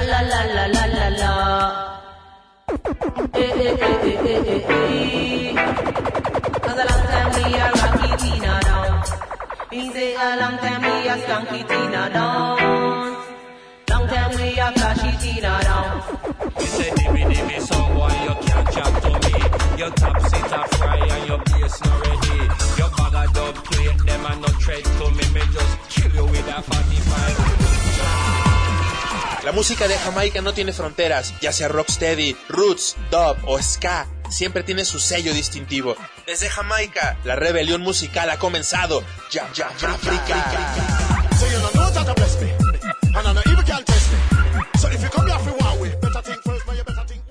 la la la la la la. Cause a long time we a rocky Tina down. He say a long time we a skanky Tina down. Long time we a flashy Tina down. You say dimmy song boy you can't chat to me. Your top sit a fry and your bass not ready. Your bag a dub plate them and no tread to me. Me just kill you with a 45. La música de Jamaica no tiene fronteras, ya sea rocksteady, roots, dub o ska, siempre tiene su sello distintivo. Desde Jamaica, la rebelión musical ha comenzado. Ya, África. So you know that to bless me, and I know even can't test me. So if you come here for one way, better think first, but you better think.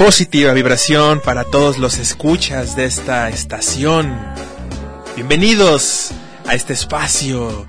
positiva vibración para todos los escuchas de esta estación. Bienvenidos a este espacio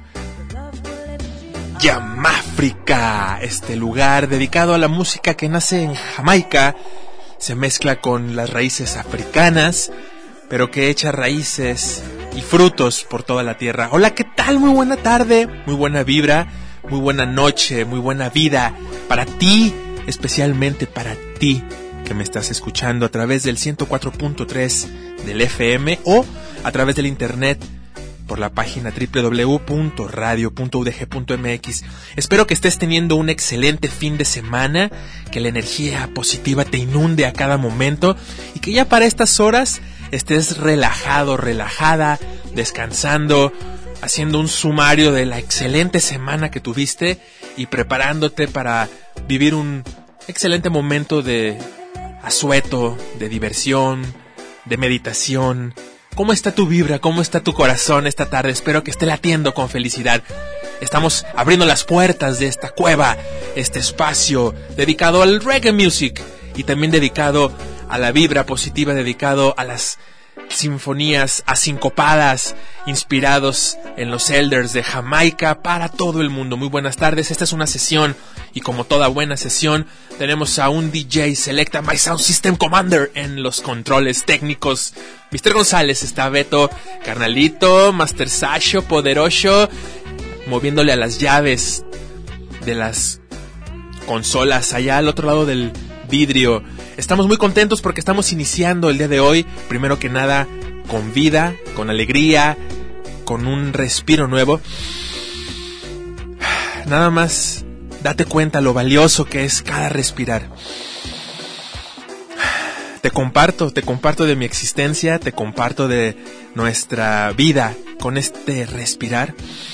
Yamáfrica, este lugar dedicado a la música que nace en Jamaica, se mezcla con las raíces africanas, pero que echa raíces y frutos por toda la tierra. Hola, ¿qué tal? Muy buena tarde, muy buena vibra, muy buena noche, muy buena vida para ti, especialmente para ti que me estás escuchando a través del 104.3 del FM o a través del internet por la página www.radio.udg.mx. Espero que estés teniendo un excelente fin de semana, que la energía positiva te inunde a cada momento y que ya para estas horas estés relajado, relajada, descansando, haciendo un sumario de la excelente semana que tuviste y preparándote para vivir un excelente momento de asueto, de diversión, de meditación. ¿Cómo está tu vibra? ¿Cómo está tu corazón esta tarde? Espero que esté latiendo con felicidad. Estamos abriendo las puertas de esta cueva, este espacio dedicado al reggae music y también dedicado a la vibra positiva, dedicado a las sinfonías asincopadas, inspirados en los elders de Jamaica para todo el mundo. Muy buenas tardes, esta es una sesión y como toda buena sesión tenemos a un DJ Selecta My Sound System Commander en los controles técnicos. Mr. González, está Beto, carnalito, Master Sasho, poderoso, moviéndole a las llaves de las consolas allá al otro lado del vidrio. Estamos muy contentos porque estamos iniciando el día de hoy, primero que nada, con vida, con alegría, con un respiro nuevo. Nada más, date cuenta lo valioso que es cada respirar. Te comparto de mi existencia, te comparto de nuestra vida con este respirar.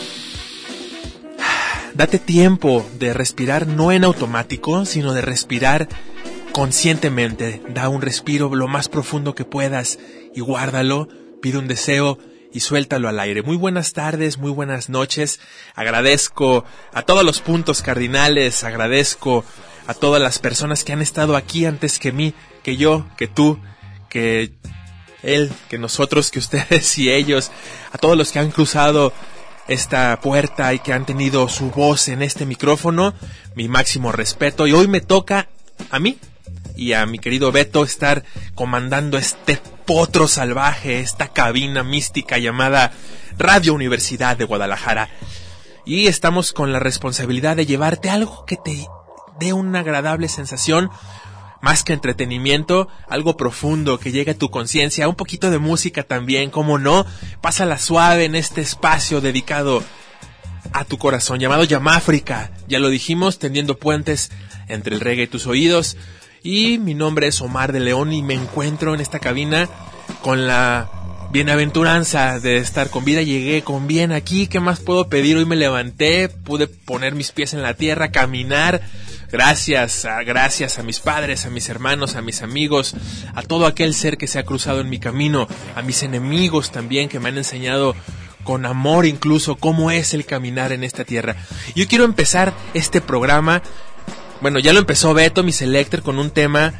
Date tiempo de respirar no en automático, sino de respirar conscientemente. Da un respiro lo más profundo que puedas y guárdalo, pide un deseo y suéltalo al aire. Muy buenas tardes, muy buenas noches. Agradezco a todos los puntos cardinales, agradezco a todas las personas que han estado aquí antes que mí, que yo, que tú, que él, que nosotros, que ustedes y ellos, a todos los que han cruzado esta puerta y que han tenido su voz en este micrófono, mi máximo respeto. Y hoy me toca a mí y a mi querido Beto estar comandando este potro salvaje, esta cabina mística llamada Radio Universidad de Guadalajara. Y estamos con la responsabilidad de llevarte algo que te dé una agradable sensación, más que entretenimiento, algo profundo que llegue a tu conciencia, un poquito de música también, cómo no. Pásala suave en este espacio dedicado a tu corazón, llamado Yamáfrica. Ya lo dijimos, tendiendo puentes entre el reggae y tus oídos. Y mi nombre es Omar de León y me encuentro en esta cabina con la bienaventuranza de estar con vida. Llegué con bien aquí, ¿qué más puedo pedir? Hoy me levanté, pude poner mis pies en la tierra, caminar. Gracias a mis padres, a mis hermanos, a mis amigos, a todo aquel ser que se ha cruzado en mi camino, a mis enemigos también que me han enseñado con amor incluso cómo es el caminar en esta tierra. Yo quiero empezar este programa, bueno, ya lo empezó Beto, mi selector, con un tema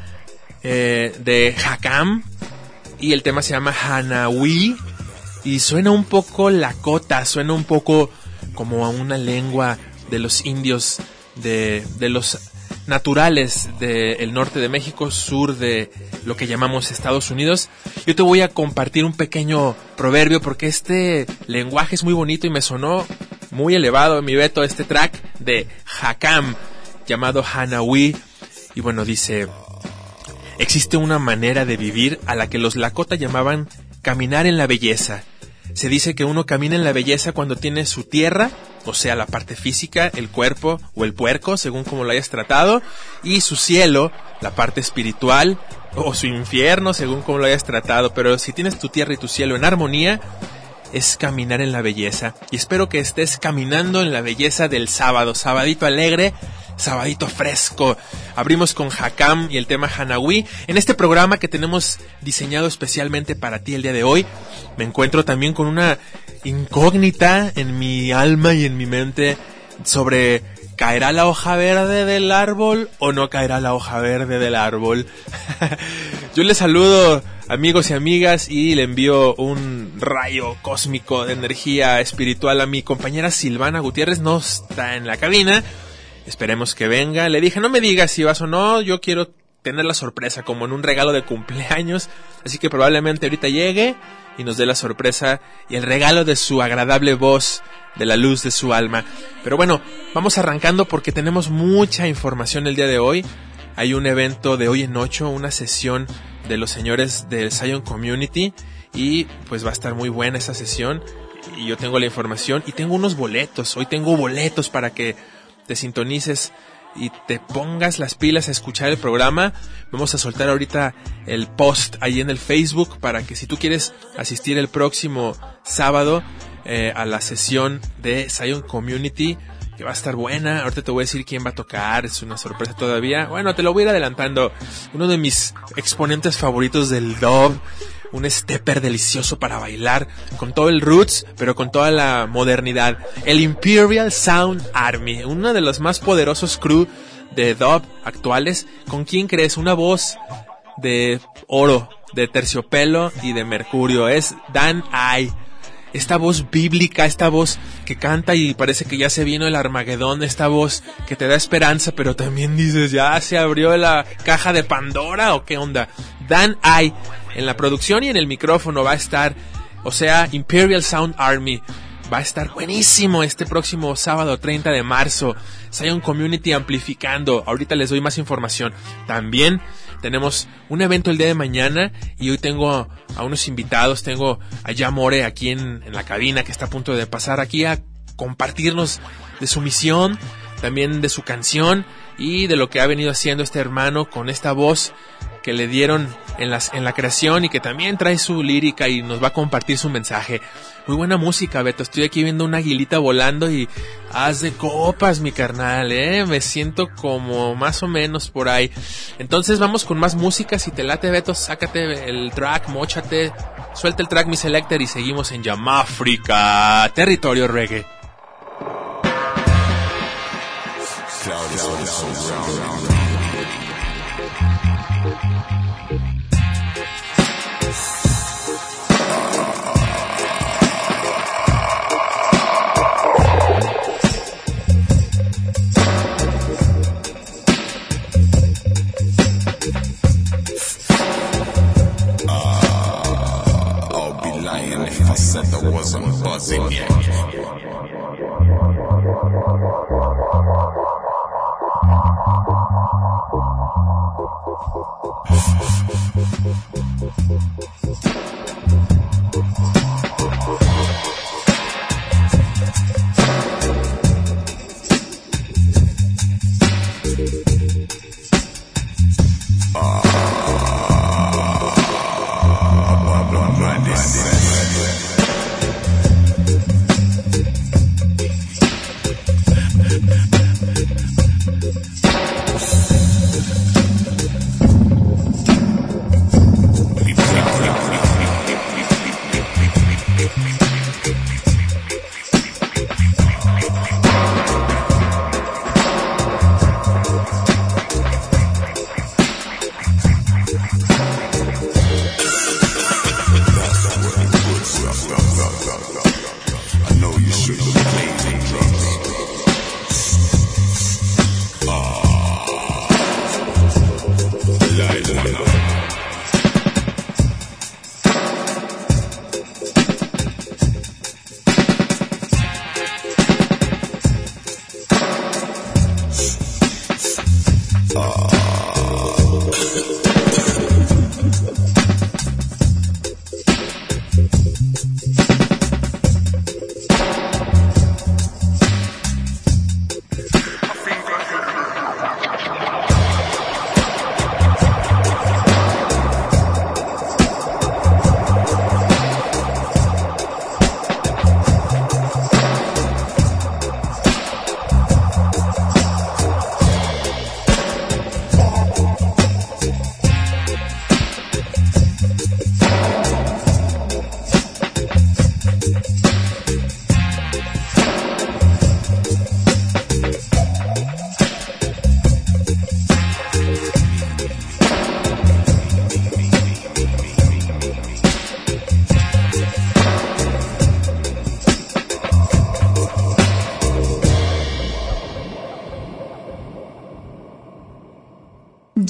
de Hakam, y el tema se llama Hanawi, y suena un poco lakota, suena un poco como a una lengua de los indios, de los naturales del norte de México, sur de lo que llamamos Estados Unidos. Yo te voy a compartir un pequeño proverbio porque este lenguaje es muy bonito y me sonó muy elevado en mi Beto, este track de Hakam llamado Hanawi. Y bueno, dice: existe una manera de vivir a la que los Lakota llamaban caminar en la belleza. Se dice que uno camina en la belleza cuando tiene su tierra, o sea, la parte física, el cuerpo o el puerco, según como lo hayas tratado, y su cielo, la parte espiritual, o su infierno, según como lo hayas tratado. Pero si tienes tu tierra y tu cielo en armonía, es caminar en la belleza. Y espero que estés caminando en la belleza del sábado, sabadito alegre, sabadito fresco. Abrimos con Hakam y el tema Hanawi. En este programa que tenemos diseñado especialmente para ti el día de hoy, me encuentro también con una incógnita en mi alma y en mi mente sobre ¿caerá la hoja verde del árbol o no caerá la hoja verde del árbol? Yo les saludo, amigos y amigas, y le envío un rayo cósmico de energía espiritual a mi compañera Silvana Gutiérrez. No está en la cabina, esperemos que venga. Le dije, no me digas si vas o no, yo quiero tener la sorpresa como en un regalo de cumpleaños, así que probablemente ahorita llegue y nos dé la sorpresa y el regalo de su agradable voz, de la luz de su alma. Pero bueno, vamos arrancando porque tenemos mucha información el día de hoy. Hay un evento de hoy en 8, una sesión de los señores del Zion Community, y pues va a estar muy buena esa sesión, y yo tengo la información y tengo unos boletos. Hoy tengo boletos para que te sintonices y te pongas las pilas a escuchar el programa. Vamos a soltar ahorita el post ahí en el Facebook para que si tú quieres asistir el próximo sábado a la sesión de Zion Community, que va a estar buena. Ahorita te voy a decir quién va a tocar, es una sorpresa todavía. Bueno, te lo voy a ir adelantando. Uno de mis exponentes favoritos del dub, un stepper delicioso para bailar, con todo el roots, pero con toda la modernidad. El Imperial Sound Army, uno de los más poderosos crew de dub actuales. ¿Con quién crees? Una voz de oro, de terciopelo y de mercurio. Es Dan I. Esta voz bíblica, esta voz que canta y parece que ya se vino el Armagedón, esta voz que te da esperanza, pero también dices, ¿ya se abrió la caja de Pandora o qué onda? Dan I, en la producción y en el micrófono va a estar, o sea, Imperial Sound Army. Va a estar buenísimo este próximo sábado 30 de marzo. Zion Community amplificando. Ahorita les doy más información. También tenemos un evento el día de mañana y hoy tengo a unos invitados. Tengo a Yamore aquí en la cabina, que está a punto de pasar aquí a compartirnos de su misión, también de su canción y de lo que ha venido haciendo este hermano con esta voz que le dieron en la creación, y que también trae su lírica y nos va a compartir su mensaje. Muy buena música, Beto. Estoy aquí viendo una aguilita volando y haz de copas, mi carnal, me siento como más o menos por ahí. Entonces vamos con más música. Si te late, Beto, sácate el track, móchate, suelta el track, mi selector, y seguimos en Yamáfrica, territorio reggae. I said I wasn't buzzing yet.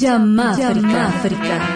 Jamafrica.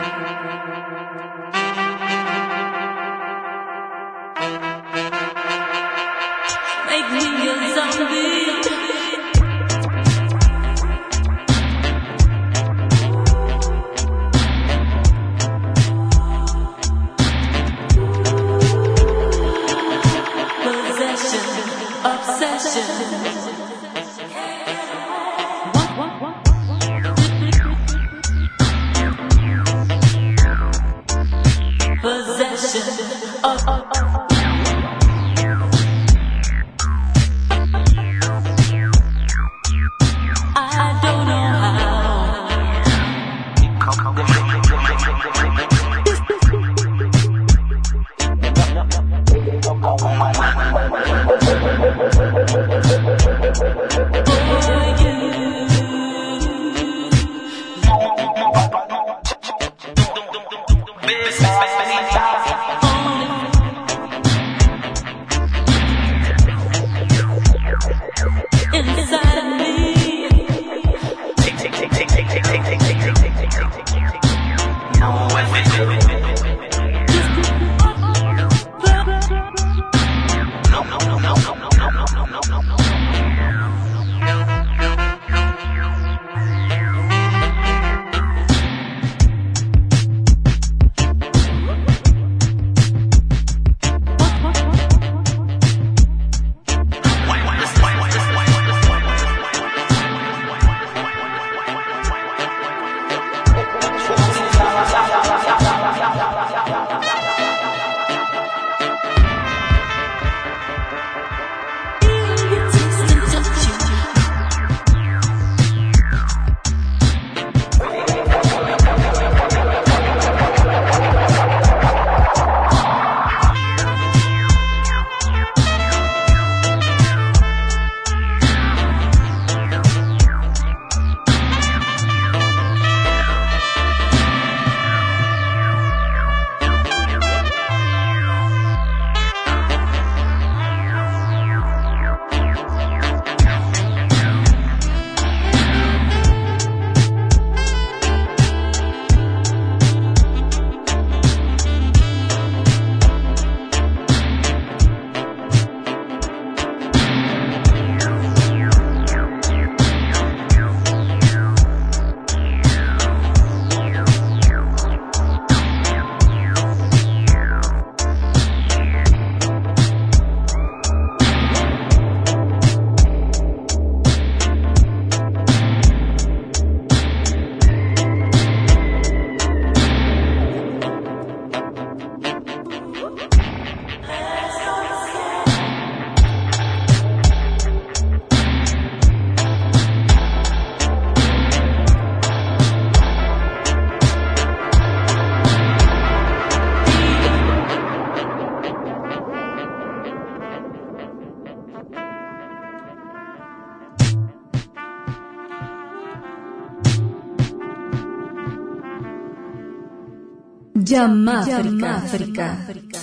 Jamafrica.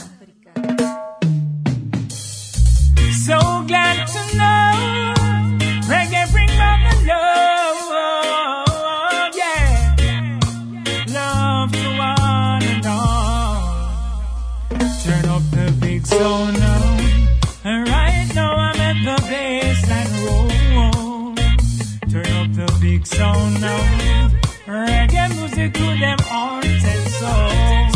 So glad to know reggae bring back the love, yeah, love to one and all. Turn up the big sound now, and right now I'm at the bass and roll. Turn up the big sound now, reggae music to them heart and soul.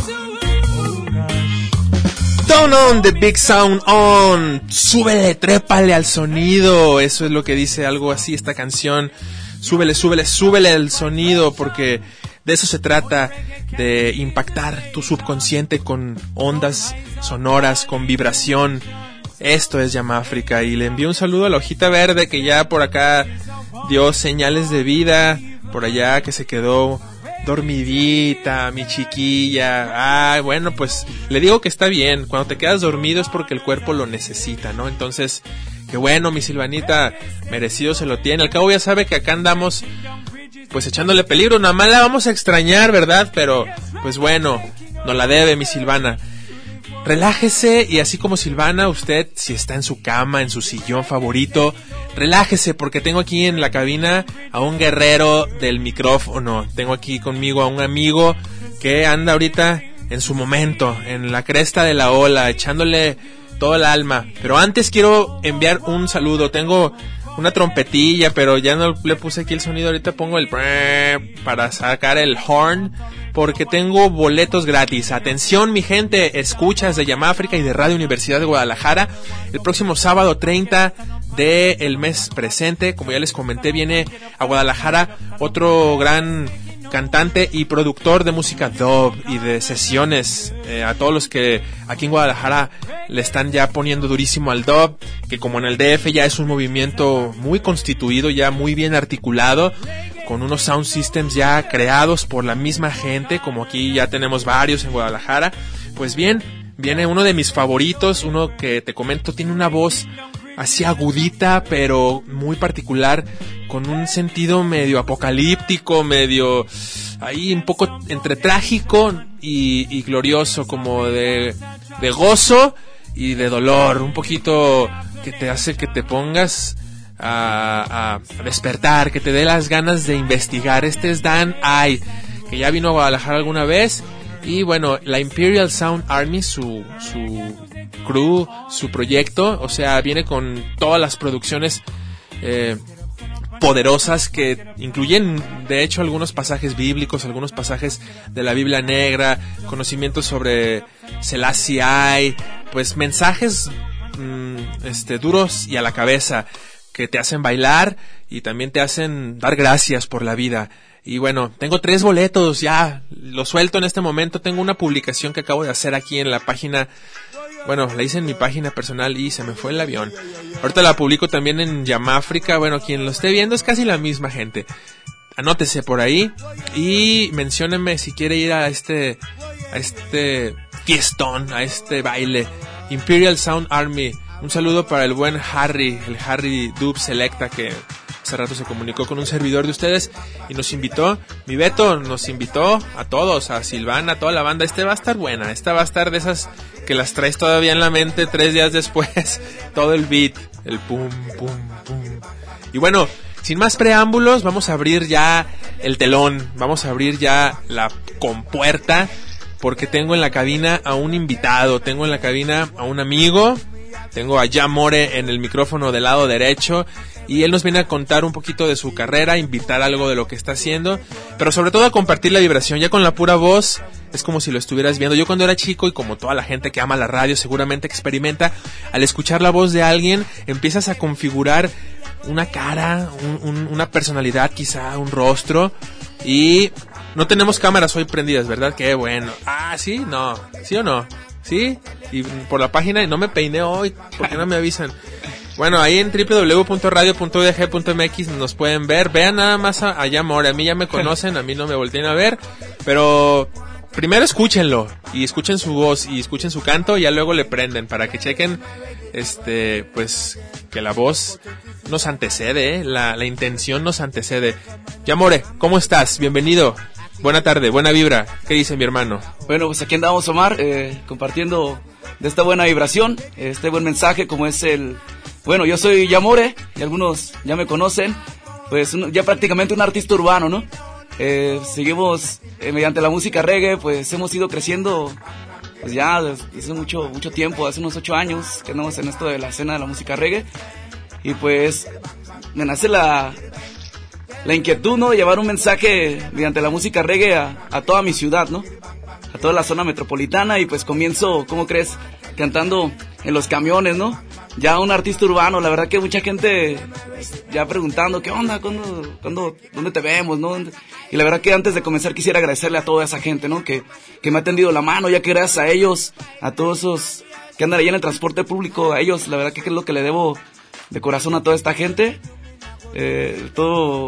Turn on the big sound on. Súbele, trépale al sonido. Eso es lo que dice algo así esta canción. Súbele, súbele, súbele el sonido, porque de eso se trata, de impactar tu subconsciente con ondas sonoras, con vibración. Esto es Jamafrica, y le envío un saludo a la hojita verde que ya por acá dio señales de vida, por allá que se quedó dormidita, mi chiquilla. Bueno, pues le digo que está bien. Cuando te quedas dormido es porque el cuerpo lo necesita, ¿no? Entonces, qué bueno, mi Silvanita, merecido se lo tiene. Al cabo ya sabe que acá andamos pues echándole peligro. Nada más la vamos a extrañar, ¿verdad? Pero pues bueno, nos la debe, mi Silvana. Relájese, y así como Silvana, usted, si está en su cama, en su sillón favorito, relájese porque tengo aquí en la cabina a un guerrero del micrófono. Tengo aquí conmigo a un amigo que anda ahorita en su momento, en la cresta de la ola, echándole todo el alma. Pero antes quiero enviar un saludo. Tengo una trompetilla, pero ya no le puse aquí el sonido. Ahorita pongo el para sacar el horn, porque tengo boletos gratis. Atención, mi gente, escuchas de Yamáfrica y de Radio Universidad de Guadalajara. El próximo sábado 30 del mes presente, como ya les comenté, viene a Guadalajara otro gran cantante y productor de música dub y de sesiones, a todos los que aquí en Guadalajara le están ya poniendo durísimo al dub, que como en el DF ya es un movimiento muy constituido, ya muy bien articulado, con unos sound systems ya creados por la misma gente, como aquí ya tenemos varios en Guadalajara. Pues bien, viene uno de mis favoritos, uno que te comento, tiene una voz así agudita, pero muy particular, con un sentido medio apocalíptico, medio ahí un poco entre trágico y glorioso, como de gozo y de dolor, un poquito que te hace que te pongas a despertar, que te dé las ganas de investigar. Este es Dan Ai, que ya vino a Guadalajara alguna vez. Y bueno, la Imperial Sound Army, su crew, su proyecto, o sea, viene con todas las producciones poderosas que incluyen, de hecho, algunos pasajes bíblicos, algunos pasajes de la Biblia Negra, conocimientos sobre Selassie, pues mensajes duros y a la cabeza, que te hacen bailar y también te hacen dar gracias por la vida. Y bueno, tengo 3 boletos, ya lo suelto en este momento. Tengo una publicación que acabo de hacer aquí en la página. Bueno, la hice en mi página personal y se me fue el avión. Ahorita la publico también en Yamáfrica. Bueno, quien lo esté viendo es casi la misma gente. Anótese por ahí y menciónenme si quiere ir a este fiestón, a este baile. Imperial Sound Army. Un saludo para el buen Harry, el Harry Dub Selecta, que hace rato se comunicó con un servidor de ustedes y nos invitó, mi Beto nos invitó a todos, a Silvana, a toda la banda. Va a estar buena, esta va a estar de esas que las traes todavía en la mente 3 días después, todo el beat, el pum, pum, pum. Y bueno, sin más preámbulos, vamos a abrir ya el telón, vamos a abrir ya la compuerta, porque tengo en la cabina a un invitado, tengo en la cabina a un amigo, tengo a Yamore en el micrófono del lado derecho, y él nos viene a contar un poquito de su carrera, invitar algo de lo que está haciendo, pero sobre todo a compartir la vibración. Ya con la pura voz es como si lo estuvieras viendo. Yo cuando era chico, y como toda la gente que ama la radio seguramente experimenta, al escuchar la voz de alguien empiezas a configurar una cara, una personalidad, quizá un rostro. Y no tenemos cámaras hoy prendidas, ¿verdad? Qué bueno. Ah, ¿sí? No. ¿Sí o no? ¿Sí? Y por la página, no me peiné hoy, ¿por qué no me avisan? Bueno, ahí en www.radio.udg.mx nos pueden ver. Vean nada más a Yamore. A mí ya me conocen, a mí no me volteen a ver. Pero primero escúchenlo. Y escuchen su voz y escuchen su canto. Y ya luego le prenden para que chequen pues que la voz nos antecede, la intención nos antecede. Yamore, ¿cómo estás? Bienvenido. Buena tarde, buena vibra. ¿Qué dice mi hermano? Bueno, pues aquí andamos, Omar, compartiendo de esta buena vibración, este buen mensaje, como es bueno, yo soy Yamore, y algunos ya me conocen, pues ya prácticamente un artista urbano, ¿no? Seguimos mediante la música reggae, pues hemos ido creciendo, pues ya desde mucho tiempo, hace unos 8 años que andamos en esto de la escena de la música reggae, y pues me nace la inquietud, ¿no?, de llevar un mensaje mediante la música reggae a toda mi ciudad, ¿no?, a toda la zona metropolitana. Y pues comienzo, ¿cómo crees?, cantando en los camiones, ¿no? Ya un artista urbano, la verdad que mucha gente ya preguntando, ¿qué onda? ¿Dónde te vemos, no? Y la verdad que antes de comenzar quisiera agradecerle a toda esa gente, ¿no?, que me ha tendido la mano, ya que gracias a ellos, a todos esos que andan ahí en el transporte público, a ellos, la verdad que es lo que le debo de corazón a toda esta gente. Todo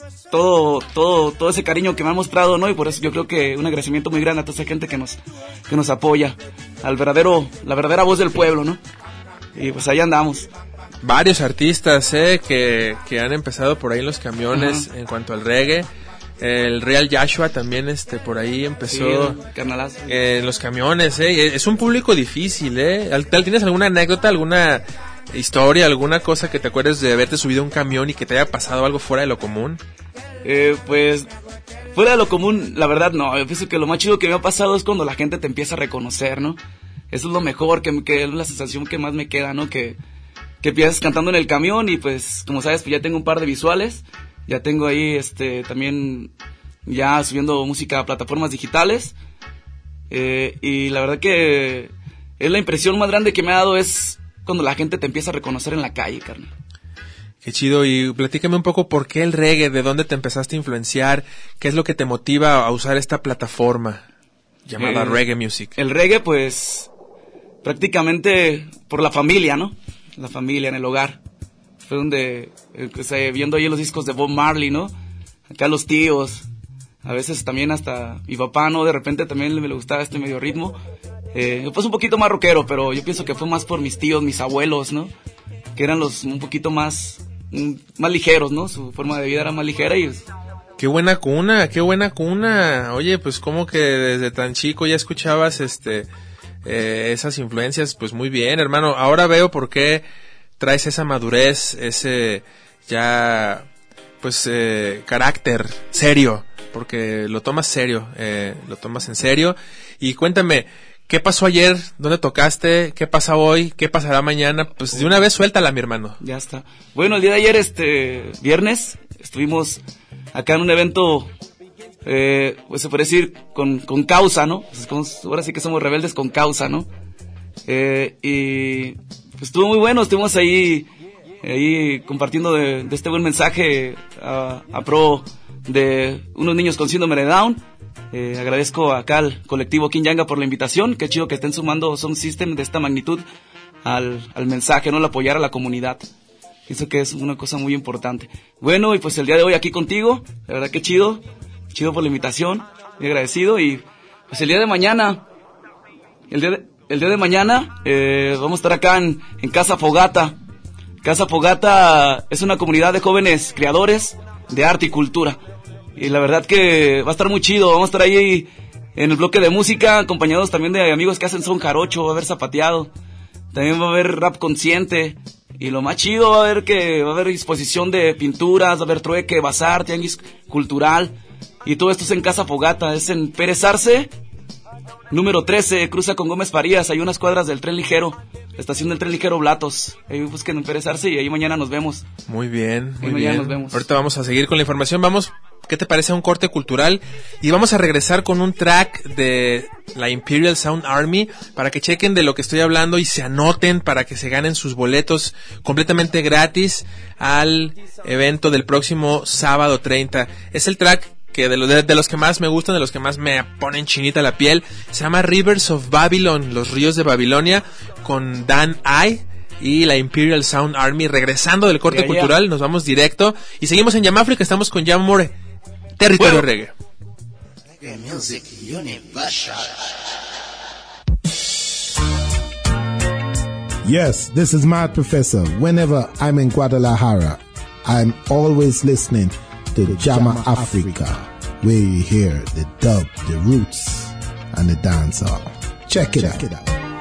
ese cariño que me han mostrado, ¿no? Y por eso yo creo que un agradecimiento muy grande a toda esa gente que nos apoya, la verdadera voz del pueblo, ¿no? Y pues ahí andamos. Varios artistas, que han empezado por ahí en los camiones. Uh-huh. En cuanto al reggae, el Real Joshua también, por ahí empezó, carnalazo, en los camiones, Es un público difícil, ¿Tienes alguna anécdota, alguna historia, alguna cosa que te acuerdes de haberte subido a un camión y que te haya pasado algo fuera de lo común? Pues fuera de lo común, la verdad no. Yo pienso que lo más chido que me ha pasado es cuando la gente te empieza a reconocer, ¿no? Eso es lo mejor, que es la sensación que más me queda, ¿no? Que empiezas cantando en el camión y pues, como sabes, pues ya tengo un par de visuales. Ya tengo ahí, también ya subiendo música a plataformas digitales. Y la verdad que es la impresión más grande que me ha dado es cuando la gente te empieza a reconocer en la calle, carnal. Qué chido, y platícame un poco por qué el reggae, de dónde te empezaste a influenciar, qué es lo que te motiva a usar esta plataforma llamada Reggae Music. El reggae, pues, prácticamente por la familia, ¿no? La familia en el hogar. Fue donde, viendo ahí los discos de Bob Marley, ¿no? Acá los tíos, a veces también hasta mi papá, ¿no? De repente también le gustaba este medio ritmo. Pues un poquito más rockero, pero yo pienso que fue más por mis tíos, mis abuelos, ¿no? Que eran un poquito más ligeros, ¿no? Su forma de vida era más ligera y... Qué buena cuna, qué buena cuna. Oye, pues como que desde tan chico ya escuchabas esas influencias, pues muy bien, hermano. Ahora veo por qué traes esa madurez, ese ya pues carácter serio, porque lo tomas serio, lo tomas en serio. Y cuéntame, ¿qué pasó ayer? ¿Dónde tocaste? ¿Qué pasa hoy? ¿Qué pasará mañana? Pues de una vez suéltala, mi hermano. Ya está. Bueno, el día de ayer, viernes, estuvimos acá en un evento, pues se puede decir, con causa, ¿no? Pues ahora sí que somos rebeldes con causa, ¿no? Y pues estuvo muy bueno, estuvimos ahí compartiendo de este buen mensaje a pro de unos niños con síndrome de Down. Agradezco acá al colectivo Kinyanga por la invitación. Qué chido que estén sumando Sound System de esta magnitud al mensaje, ¿no? El apoyar a la comunidad. Pienso que es una cosa muy importante. Bueno, y pues el día de hoy aquí contigo, la verdad que chido por la invitación, muy agradecido. Y pues el día de mañana, vamos a estar acá en Casa Fogata. Casa Fogata es una comunidad de jóvenes creadores de arte y cultura. Y la verdad que va a estar muy chido. Vamos a estar ahí en el bloque de música, acompañados también de amigos que hacen son jarocho. Va a haber zapateado, también va a haber rap consciente. Y lo más chido va a haber exposición de pinturas, va a haber trueque, bazar, tianguis cultural. Y todo esto es en Casa Fogata, es en Pérez Arce, número 13, cruza con Gómez Farías. Hay unas cuadras del tren ligero, la estación del tren ligero Blatos. Ahí busquen en Pérez Arce y ahí mañana nos vemos. Muy bien, muy mañana bien. Nos vemos. Ahorita vamos a seguir con la información. Vamos, ¿qué te parece un corte cultural? Y vamos a regresar con un track de la Imperial Sound Army para que chequen de lo que estoy hablando y se anoten para que se ganen sus boletos completamente gratis al evento del próximo sábado 30. Es el track que de los que más me gustan, de los que más me ponen chinita la piel. Se llama Rivers of Babylon, los ríos de Babilonia, con Dan I y la Imperial Sound Army. Regresando del corte cultural, nos vamos directo y seguimos en Yamáfrica. Estamos con Yamore, territorio reggae. Reggae Music Universal. Yes, this is Mad Professor. Whenever I'm in Guadalajara, I'm always listening to Jama Africa, where you hear the dub, the roots, and the dancehall. Check it out.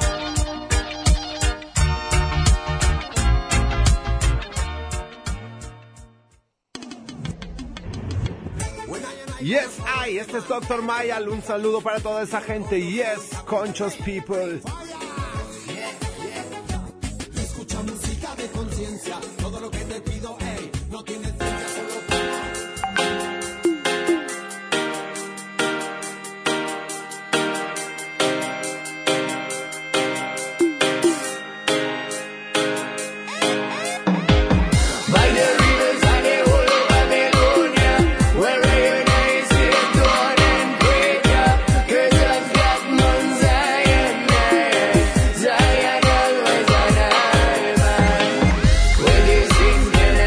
Yes, este es Dr. Mayal, un saludo para toda esa gente. Yes, conscious people. Escucha música de conciencia, todo lo que te pido, no tienes ciencia, solo... Zion always an alma. When you sing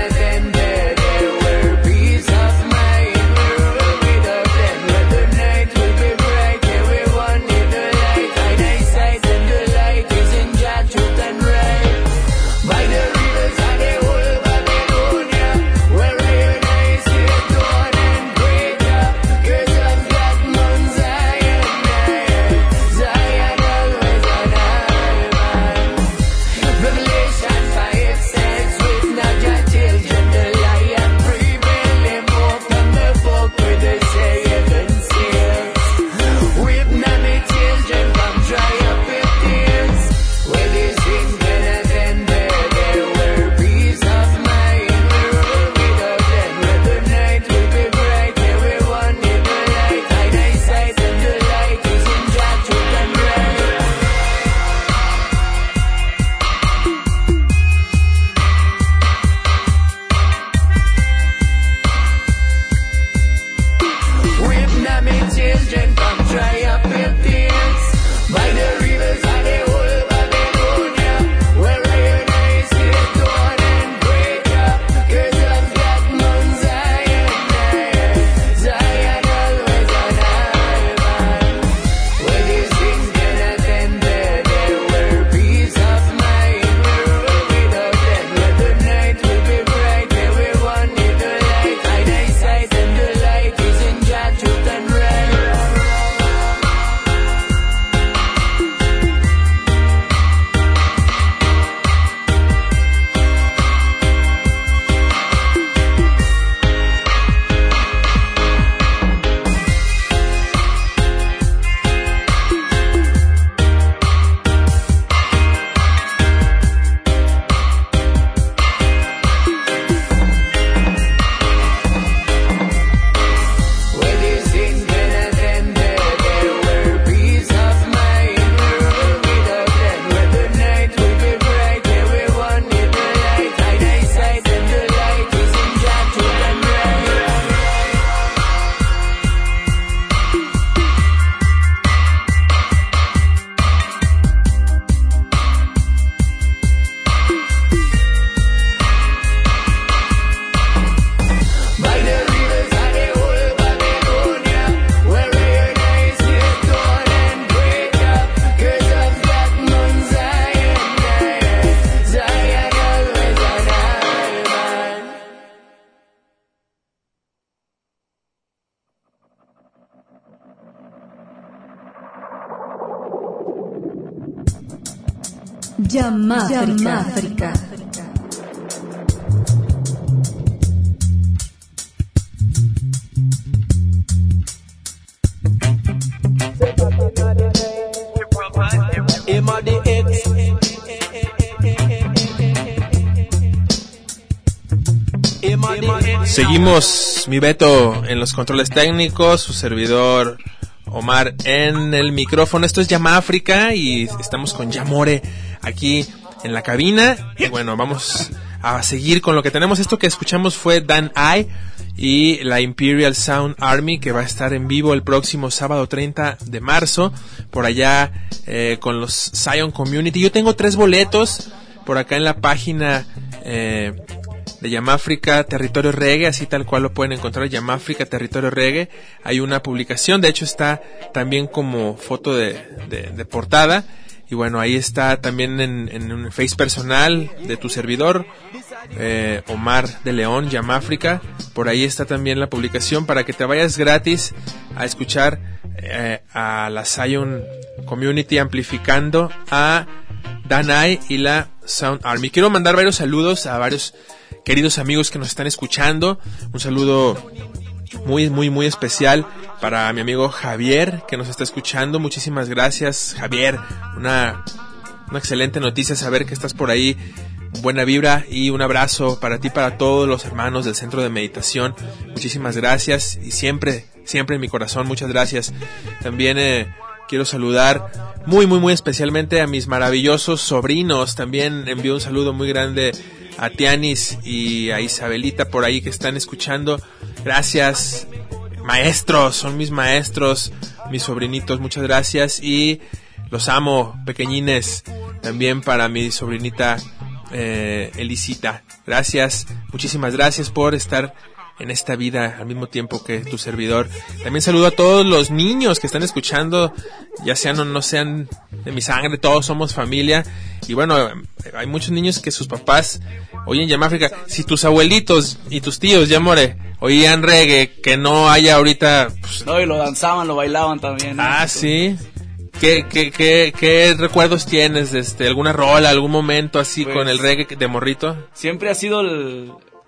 Yamáfrica. Seguimos, mi Beto en los controles técnicos, su servidor Omar en el micrófono. Esto es Yamáfrica y estamos con Yamore aquí en la cabina. Y bueno, vamos a seguir con lo que tenemos. Esto que escuchamos fue Dan I y la Imperial Sound Army, que va a estar en vivo el próximo sábado 30 de marzo por allá con los Zion Community. Yo tengo 3 boletos por acá en la página de Yamáfrica Territorio Reggae, así tal cual lo pueden encontrar, Yamáfrica Territorio Reggae. Hay una publicación, de hecho está también como foto de portada. Y bueno, ahí está también en un face personal de tu servidor, Omar de León, Yamáfrica. Por ahí está también la publicación para que te vayas gratis a escuchar a la Zion Community amplificando a Danai y la Sound Army. Quiero mandar varios saludos a varios queridos amigos que nos están escuchando. Un saludo muy, muy, muy especial para mi amigo Javier, que nos está escuchando. Muchísimas gracias, Javier. Una excelente noticia saber que estás por ahí. Buena vibra y un abrazo para ti, para todos los hermanos del Centro de Meditación. Muchísimas gracias y siempre, siempre en mi corazón, muchas gracias. También quiero saludar muy, muy, muy especialmente a mis maravillosos sobrinos. También envío un saludo muy grande a Tianis y a Isabelita por ahí que están escuchando. Gracias, maestros, son mis maestros, mis sobrinitos, muchas gracias y los amo, pequeñines. También para mi sobrinita Elisita, gracias, muchísimas gracias por estar en esta vida al mismo tiempo que tu servidor. También saludo a todos los niños que están escuchando, ya sean o no sean de mi sangre, todos somos familia. Y bueno, hay muchos niños que sus papás oyen Yamáfrica. Si tus abuelitos y tus tíos, Yamore, oían reggae, que no haya ahorita pues... No, y lo danzaban, lo bailaban también, ¿no? Ah, sí. ¿Qué recuerdos tienes de alguna rola, algún momento así pues, con el reggae de morrito? Siempre ha sido el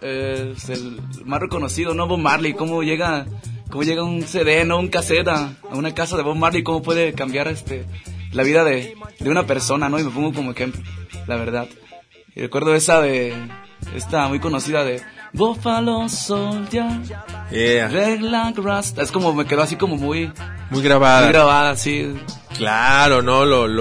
más reconocido, ¿no? Bob Marley, cómo llega un CD, no un cassette a una casa de Bob Marley, cómo puede cambiar la vida de una persona, ¿no? Y me pongo como ejemplo, la verdad. Y recuerdo esta muy conocida de Buffalo Soldier, Red Like Rasta. Es como, me quedó así como muy grabada. Muy grabada, sí. Claro, ¿no?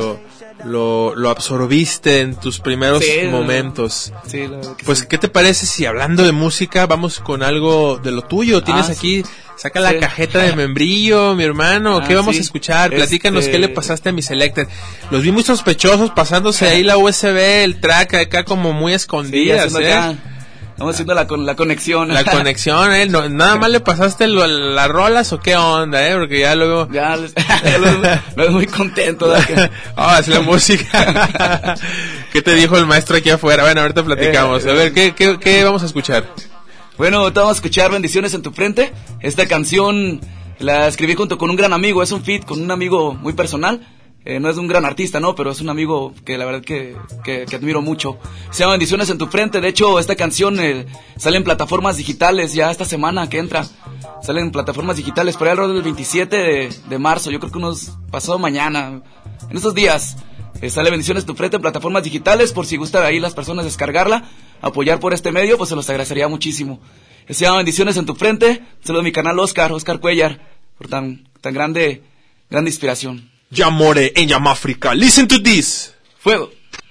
Lo absorbiste en tus primeros momentos. Sí, pues, sí. ¿Qué te parece si hablando de música vamos con algo de lo tuyo? Tienes aquí, saca la cajeta de membrillo, mi hermano. ¿Qué vamos a escuchar? Platícanos qué le pasaste a mi Selected. Los vi muy sospechosos pasándose ahí la USB, el track acá como muy escondidas, Estamos haciendo la conexión. La conexión, no, nada más le pasaste las rolas o qué onda, porque ya luego... Ya lo muy contento. Es la música. ¿Qué te dijo el maestro aquí afuera? Bueno, ahorita platicamos. A ver, ¿qué vamos a escuchar? Bueno, ahorita vamos a escuchar Bendiciones en tu Frente. Esta canción la escribí junto con un gran amigo, es un feat con un amigo muy personal. No es un gran artista, ¿no? Pero es un amigo que la verdad que admiro mucho. Se llama Bendiciones en tu Frente. De hecho, esta canción sale en plataformas digitales ya esta semana que entra. Sale en plataformas digitales por ahí alrededor del 27 de marzo. Yo creo que pasado mañana. En estos días sale Bendiciones en tu Frente en plataformas digitales. Por si gusta ahí las personas descargarla, apoyar por este medio, pues se los agradecería muchísimo. Se llama Bendiciones en tu Frente. Saludo a mi canal Oscar Cuellar, por tan grande inspiración. Yamore en Yamáfrica. Listen to this. Fuego.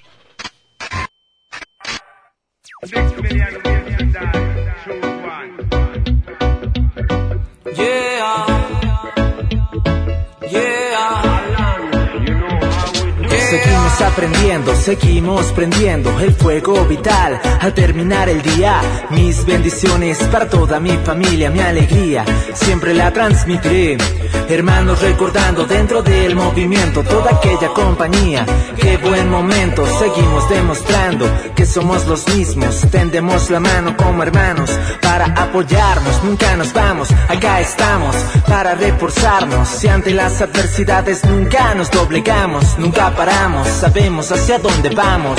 Seguimos aprendiendo, seguimos prendiendo el fuego vital. Al terminar el día, mis bendiciones para toda mi familia, mi alegría siempre la transmitiré. Hermanos recordando dentro del movimiento toda aquella compañía. Qué buen momento, seguimos demostrando que somos los mismos. Tendemos la mano como hermanos para apoyarnos. Nunca nos vamos, acá estamos para reforzarnos. Y ante las adversidades nunca nos doblegamos, nunca paramos. estamos, sabemos hacia dónde vamos.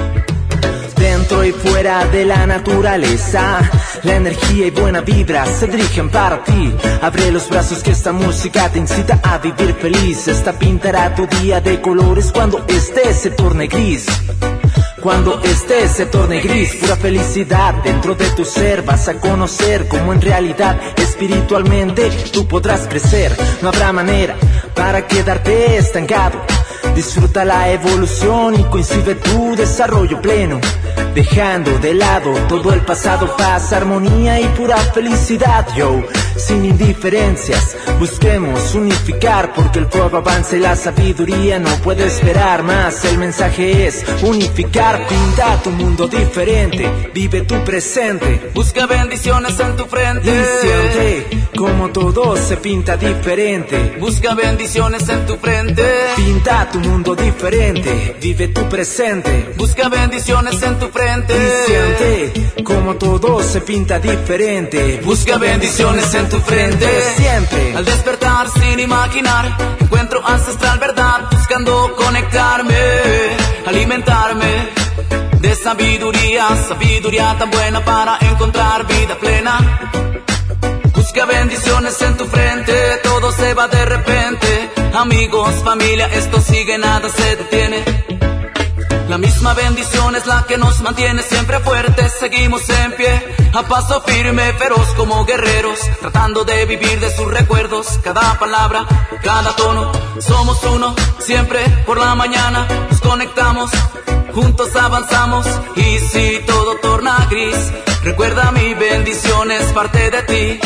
Dentro y fuera de la naturaleza, la energía y buena vibra se dirigen para ti. Abre los brazos que esta música te incita a vivir feliz. Esta pintará tu día de colores cuando este se torne gris. Cuando este se torne gris, pura felicidad dentro de tu ser. Vas a conocer cómo en realidad espiritualmente tú podrás crecer. No habrá manera para quedarte estancado. Disfruta la evolución y coincide tu desarrollo pleno, dejando de lado todo el pasado, paz, armonía y pura felicidad, yo. Sin indiferencias, busquemos unificar, porque el fuego avanza y la sabiduría no puede esperar más. El mensaje es unificar, pinta tu mundo diferente, vive tu presente, busca bendiciones en tu frente y siente como todo se pinta diferente. Busca bendiciones en tu frente, pinta tu mundo diferente, vive tu presente, busca bendiciones en tu frente y siente como todo se pinta diferente. Busca bendiciones en tu frente siempre. Al despertar sin imaginar, encuentro ancestral verdad, buscando conectarme, alimentarme de sabiduría, sabiduría tan buena para encontrar vida plena. Busca bendiciones en tu frente, todo se va de repente. Amigos, familia, esto sigue, nada se detiene. La misma bendición es la que nos mantiene siempre fuertes. Seguimos en pie, a paso firme, feroz como guerreros, tratando de vivir de sus recuerdos. Cada palabra, cada tono, somos uno. Siempre por la mañana nos conectamos, juntos avanzamos. Y si todo torna gris, recuerda mi bendición es parte de ti.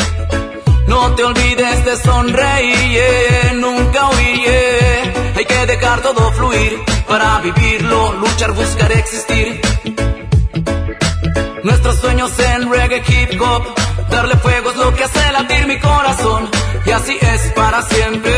No te olvides de sonreír, nunca huir. Hay que dejar todo fluir para vivirlo, luchar, buscar existir. Nuestros sueños en reggae, hip hop, darle fuego es lo que hace latir mi corazón. Y así es para siempre.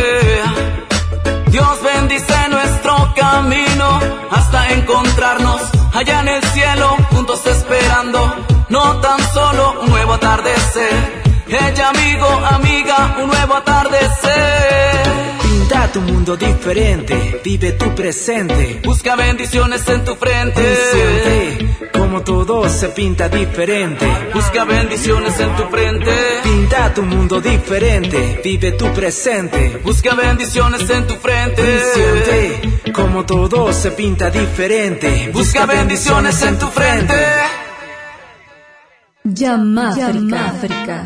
Dios bendice nuestro camino hasta encontrarnos allá en el cielo, juntos esperando no tan solo un nuevo atardecer. Ella, amigo, amiga, un nuevo atardecer. Pinta tu mundo diferente, vive tu presente. Busca bendiciones en tu frente. Siente como todo se pinta diferente. Busca bendiciones en tu frente. Pinta tu mundo diferente, vive tu presente. Busca bendiciones en tu frente. Siente como todo se pinta diferente. Busca bendiciones en tu frente. Llama África.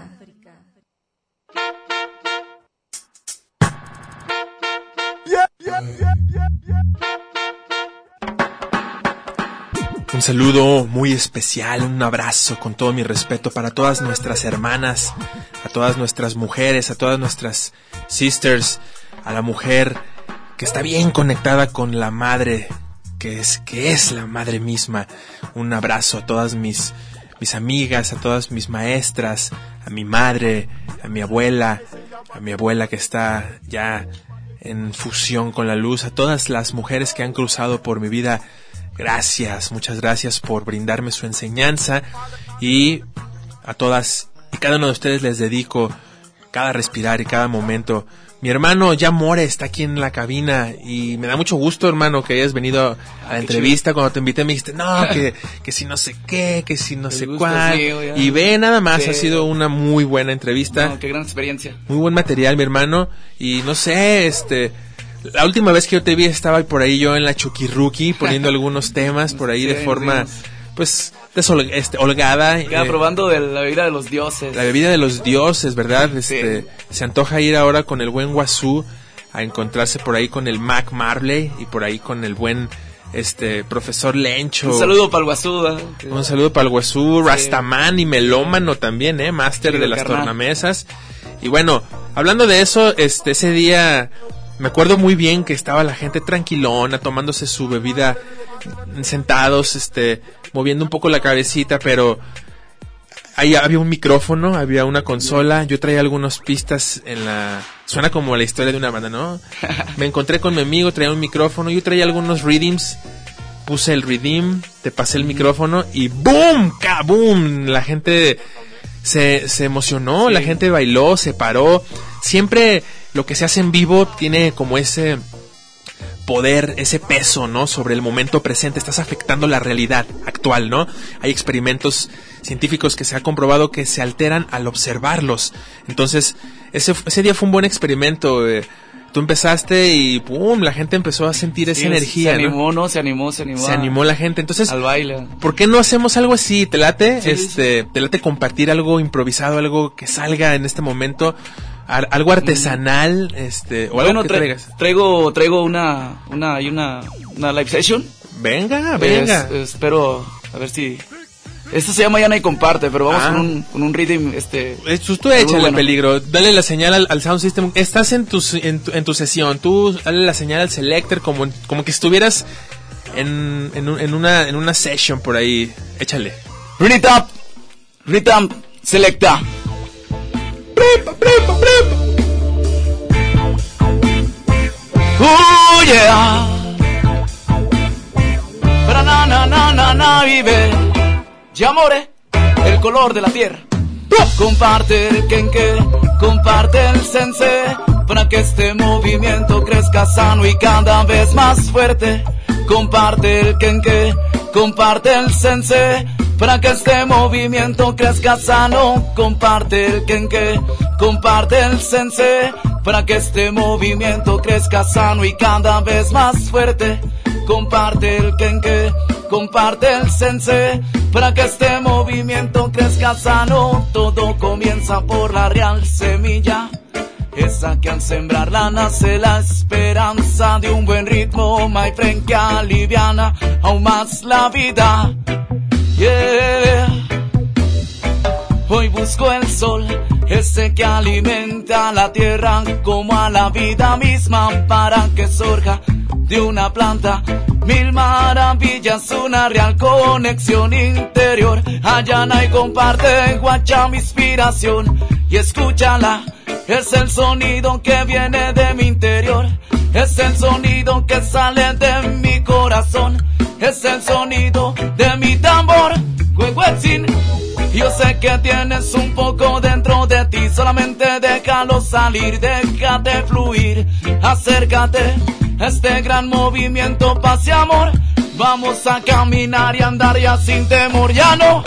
Un saludo muy especial, un abrazo con todo mi respeto para todas nuestras hermanas, a todas nuestras mujeres, a todas nuestras sisters, a la mujer que está bien conectada con la madre, que es la madre misma. Un abrazo a todas mis amigas, a todas mis maestras, a mi madre, a mi abuela que está ya en fusión con la luz, a todas las mujeres que han cruzado por mi vida. Gracias, muchas gracias por brindarme su enseñanza, y a todas y cada uno de ustedes les dedico cada respirar y cada momento. Mi hermano Yamore está aquí en la cabina y me da mucho gusto, hermano, que hayas venido a la entrevista. Cuando te invité me dijiste, no, que si no sé qué, que si no sé cuál. Y ve, nada más, sí. Ha sido una muy buena entrevista. No, qué gran experiencia. Muy buen material, mi hermano. Y no sé, la última vez que yo te vi estaba por ahí yo en la Chuquirruqui poniendo algunos temas por ahí, sí, de forma, pues, holgada. Estaba probando de la bebida de los dioses. La bebida de los dioses, ¿verdad? Sí. Se antoja ir ahora con el buen Guazú a encontrarse por ahí con el Mac Marley y por ahí con el buen profesor Lencho. Un saludo para el Guazú. Un saludo para el Guazú, sí. Rastaman y melómano también, máster de las tornamesas. Y bueno, hablando de eso, ese día me acuerdo muy bien que estaba la gente tranquilona, tomándose su bebida, sentados, moviendo un poco la cabecita, pero ahí había un micrófono, había una consola, yo traía algunas pistas suena como la historia de una banda, ¿no? Me encontré con mi amigo, traía un micrófono, yo traía algunos rhythms, puse el rhythm, te pasé el micrófono y ¡boom! ¡Kaboom! La gente se emocionó, sí. La gente bailó, se paró. Siempre lo que se hace en vivo tiene como ese poder, ese peso, ¿no? Sobre el momento presente, estás afectando la realidad actual, ¿no? Hay experimentos científicos que se ha comprobado que se alteran al observarlos. Entonces, ese día fue un buen experimento. Tú empezaste y ¡pum! La gente empezó a sentir esa energía, se animó, ¿no? Se animó. Se animó la gente. Entonces, al baile. ¿Por qué no hacemos algo así? ¿Te late? Sí. ¿Te late compartir algo improvisado, algo que salga en este momento? Algo artesanal, o bueno, algo que traigas. Traigo una live session. Venga. Espero a ver si esto se llama Ya no hay comparte, pero vamos con un rhythm tú échale, bueno. Peligro, dale la señal al sound system. Estás en tu sesión, tú dale la señal al selector como que estuvieras en una session por ahí. Échale. Rhythm selecta. Oh yeah. Pero na vive. Yamore, el color de la tierra. Comparte el kenke, comparte el sensei, para que este movimiento crezca sano y cada vez más fuerte. Comparte el kenke, comparte el sensei, para que este movimiento crezca sano. Comparte el kenke, comparte el sensei, para que este movimiento crezca sano y cada vez más fuerte. Comparte el kenke, comparte el sensei, para que este movimiento crezca sano. Todo comienza por la real semilla, esa que al sembrarla nace la esperanza de un buen ritmo, my friend, que aliviana aún más la vida. Yeah. Hoy busco el sol, ese que alimenta a la tierra como a la vida misma, para que surja de una planta mil maravillas, una real conexión interior. Allana y comparte, guacha mi inspiración y escúchala. Es el sonido que viene de mi interior, es el sonido que sale de mi corazón, es el sonido de mi tambor. Huehuetzin. Yo sé que tienes un poco dentro de ti, solamente déjalo salir, déjate fluir, acércate a este gran movimiento, paz y amor. Vamos a caminar y andar ya sin temor, ya no.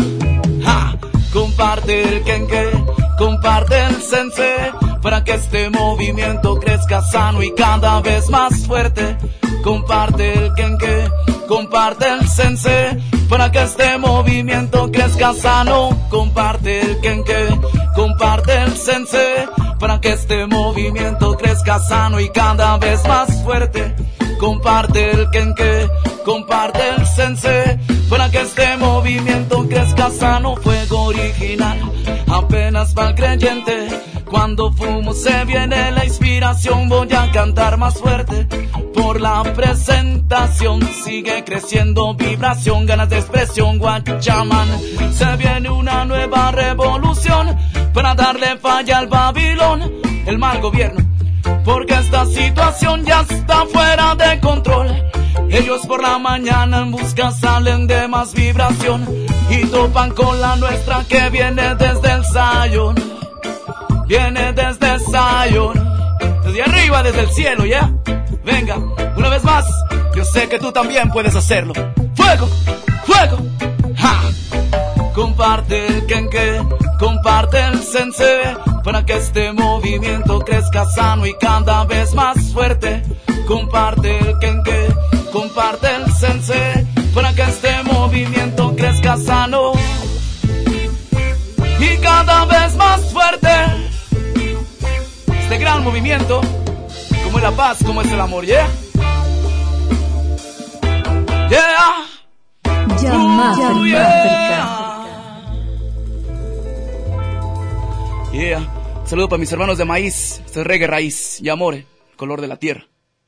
Comparte el kenke, comparte el sensei, para que este movimiento crezca sano y cada vez más fuerte. Comparte el kenke, comparte el sensei, para que este movimiento crezca sano. Comparte el kenke, comparte el sensei, para que este movimiento crezca sano y cada vez más fuerte. Comparte el kenke, comparte el sensei, para que este movimiento crezca sano. Fuego original, apenas para el creyente. Cuando fumo se viene la inspiración, voy a cantar más fuerte. Por la presentación sigue creciendo vibración, ganas de expresión, guachaman. Se viene una nueva revolución para darle falla al Babilón, el mal gobierno, porque esta situación ya está fuera de control. Ellos por la mañana en busca salen de más vibración y topan con la nuestra que viene desde el Zion. Viene desde Zion, desde arriba, desde el cielo, ¿ya? Venga, una vez más, yo sé que tú también puedes hacerlo. ¡Fuego! ¡Fuego! ¡Ja! Comparte el kenke, comparte el sensei, para que este movimiento crezca sano y cada vez más fuerte. Comparte el kenke, comparte el sensei, para que este movimiento crezca sano y cada vez más fuerte. Este gran movimiento, como es la paz, como es el amor, ¿yeah? Yeah. Yeah. Saludo para mis hermanos de maíz. Este es reggae raíz, Yamore, color de la tierra.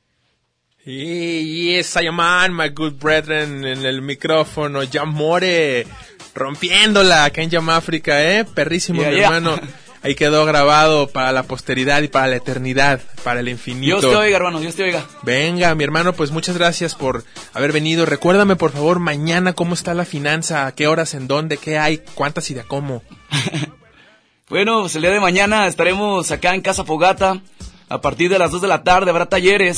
Yes, I am on, my good brethren, en el micrófono, Yamore, rompiéndola acá en Yamáfrica, perrísimo, mi hermano. Ahí quedó grabado para la posteridad y para la eternidad, para el infinito. Dios te oiga, hermano, Dios te oiga. Venga, mi hermano, pues muchas gracias por haber venido. Recuérdame, por favor, mañana cómo está la finanza, a qué horas, en dónde, qué hay, cuántas y de cómo. Bueno, pues el día de mañana estaremos acá en Casa Fogata. A partir de las 2 de la tarde habrá talleres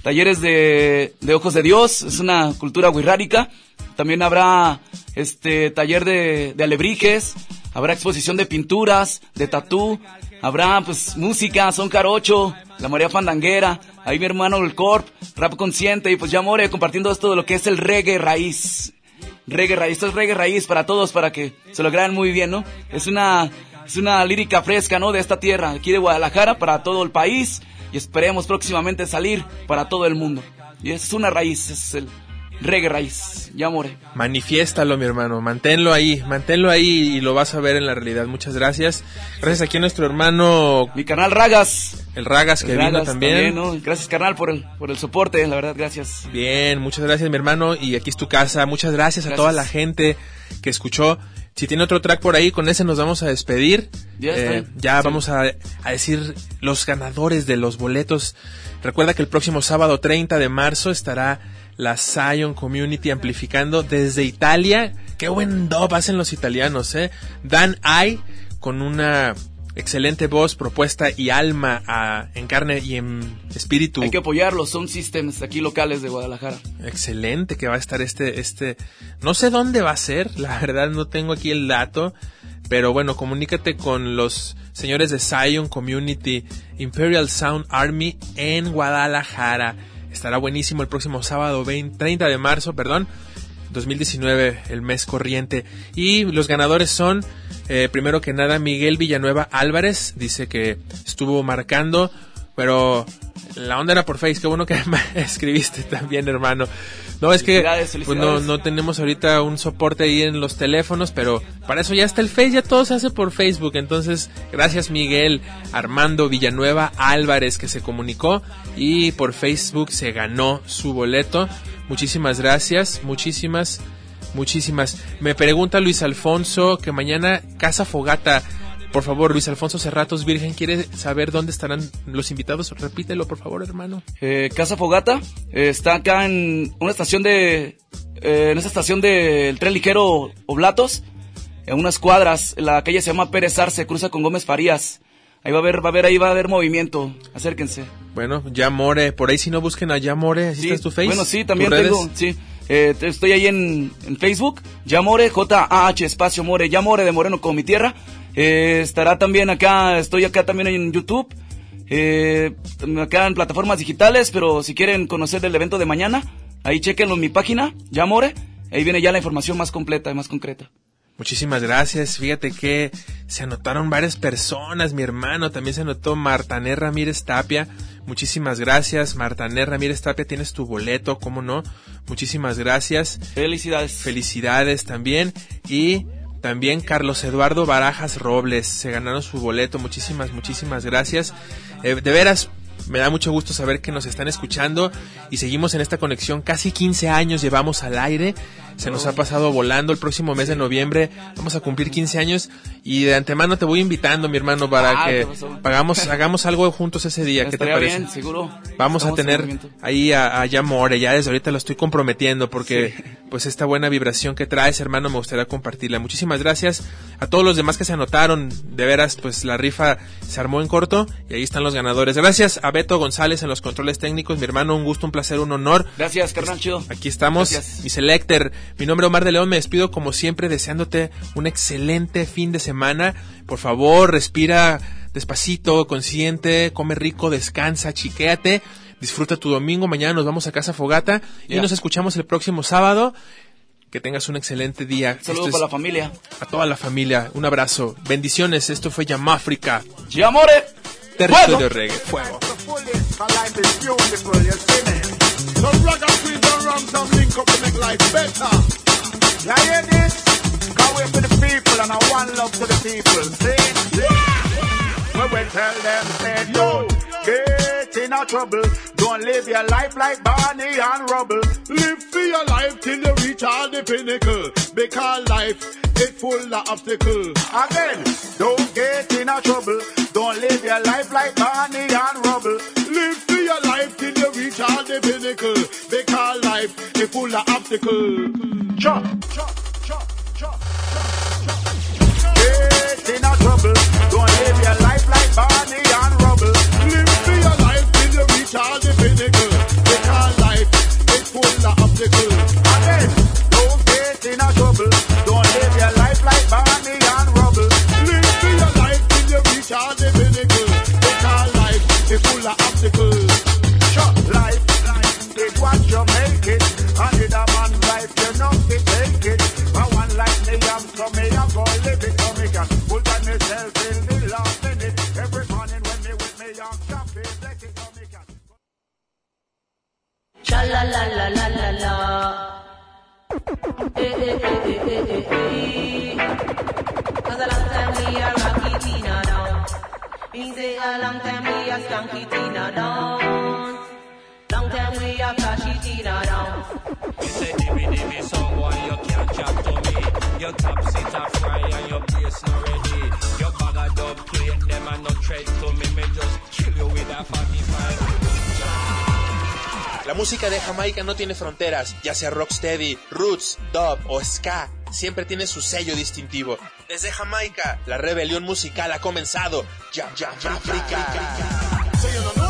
talleres de ojos de Dios, es una cultura wixárika. También habrá taller de alebrijes, habrá exposición de pinturas, de tatú, habrá pues música, son carocho, la María Fandanguera, ahí mi hermano el Corp, rap consciente y pues ya more compartiendo esto de lo que es el reggae raíz. Esto es reggae raíz para todos, para que se lo graben muy bien, ¿no? Es una lírica fresca, ¿no? De esta tierra, aquí de Guadalajara, para todo el país, y esperemos próximamente salir para todo el mundo. Y es una raíz, es el reggae raíz, ya more. Manifiéstalo, mi hermano, manténlo ahí y lo vas a ver en la realidad. Muchas gracias. Gracias aquí a nuestro hermano, mi carnal Ragas. El Ragas que vino también. ¿No? Gracias, carnal, por el soporte, la verdad, gracias. Bien, muchas gracias, mi hermano, y aquí es tu casa. Muchas gracias a toda la gente que escuchó. Si tiene otro track por ahí, con ese nos vamos a despedir. Ya vamos a decir los ganadores de los boletos. Recuerda que el próximo sábado 30 de marzo estará la Zion Community amplificando desde Italia. Qué buen dub hacen los italianos, Dan I, con una excelente voz, propuesta y alma en carne y en espíritu. Hay que apoyar los sound systems aquí locales de Guadalajara. Excelente que va a estar no sé dónde va a ser, la verdad no tengo aquí el dato, pero bueno, comunícate con los señores de Zion Community Imperial Sound Army en Guadalajara. Estará buenísimo el próximo sábado 30 de marzo, 2019, el mes corriente. Y los ganadores son, primero que nada, Miguel Villanueva Álvarez. Dice que estuvo marcando, pero la onda era por Face. Qué bueno que escribiste también, hermano. No, es que pues no tenemos ahorita un soporte ahí en los teléfonos, pero para eso ya está el Face, ya todo se hace por Facebook. Entonces, gracias Miguel Armando Villanueva Álvarez, que se comunicó y por Facebook se ganó su boleto. Muchísimas gracias, muchísimas. Me pregunta Luis Alfonso que mañana Casa Fogata. Por favor, Luis Alfonso Cerratos Virgen quiere saber dónde estarán los invitados. Repítelo, por favor, hermano. Casa Fogata está acá en una estación en esta estación del tren ligero Oblatos, en unas cuadras. La calle se llama Pérez Arce, cruza con Gómez Farías. Ahí va a haber movimiento. Acérquense. Bueno, ya more, por ahí si no busquen a ya more, ¿así está tu Face? Bueno, sí, también tengo, sí. Estoy ahí en Facebook, ya more, J-A-H espacio more, ya more de Moreno con mi tierra. Estará también estoy acá también en YouTube, acá en plataformas digitales, pero si quieren conocer el evento de mañana, ahí chequenlo en mi página, ya more, ahí viene ya la información más completa y más concreta. Muchísimas gracias, fíjate que se anotaron varias personas, mi hermano, también se anotó Martané Ramírez Tapia, muchísimas gracias, Martané Ramírez Tapia, tienes tu boleto, ¿cómo no? Muchísimas gracias. Felicidades también, y también Carlos Eduardo Barajas Robles, se ganaron su boleto, muchísimas gracias, de veras. Me da mucho gusto saber que nos están escuchando y seguimos en esta conexión. Casi 15 años llevamos al aire. Se nos ha pasado volando. El próximo mes de noviembre vamos a cumplir 15 años. Y de antemano te voy invitando, mi hermano, para que hagamos algo juntos ese día. ¿Qué te parece? Bien, seguro. Vamos a tener ahí a Yamore. Ya desde ahorita lo estoy comprometiendo porque pues esta buena vibración que traes, hermano, me gustaría compartirla. Muchísimas gracias a todos los demás que se anotaron. De veras, pues la rifa se armó en corto y ahí están los ganadores. Gracias a Beto González en los controles técnicos, mi hermano, un gusto, un placer, un honor. Gracias, carnal, chido. Aquí estamos, gracias. Mi selector, mi nombre es Omar de León, me despido como siempre deseándote un excelente fin de semana. Por favor, respira despacito, consciente, come rico, descansa, chiquéate, disfruta tu domingo, mañana nos vamos a Casa Fogata y nos escuchamos el próximo sábado. Que tengas un excelente día. Saludos para la familia. A toda la familia, un abrazo, bendiciones, esto fue Yamáfrica. Yamore. Territorio de reggae, fuego. We tell them, say, yo, get in a trouble. Don't live your life like Barney and Rubble. Live for your life till you reach all the pinnacle. Because life is full of obstacles. Again, don't get in a trouble. Don't live your life like Barney and Rubble. Live for your life till you reach all the pinnacle. Because life is full of obstacles. Chop, chop, chop, chop, chop. Get in a trouble. Don't live your life like Barney and Rubble. Live for your life till you reach all the pinnacle. Cause a long time we a rocky Tina down. Me say a long time we a skanky Tina down. Long time we a flashy Tina down. You say dimmy song boy, you can't chat to me. Your top seat a fry and your bass not ready. Your bag of dub plate, them a no tread to me. Me just kill you with a 45. La música de Jamaica no tiene fronteras, ya sea rocksteady, roots, dub o ska, siempre tiene su sello distintivo. Desde Jamaica, la rebelión musical ha comenzado. Jam Jam Africa.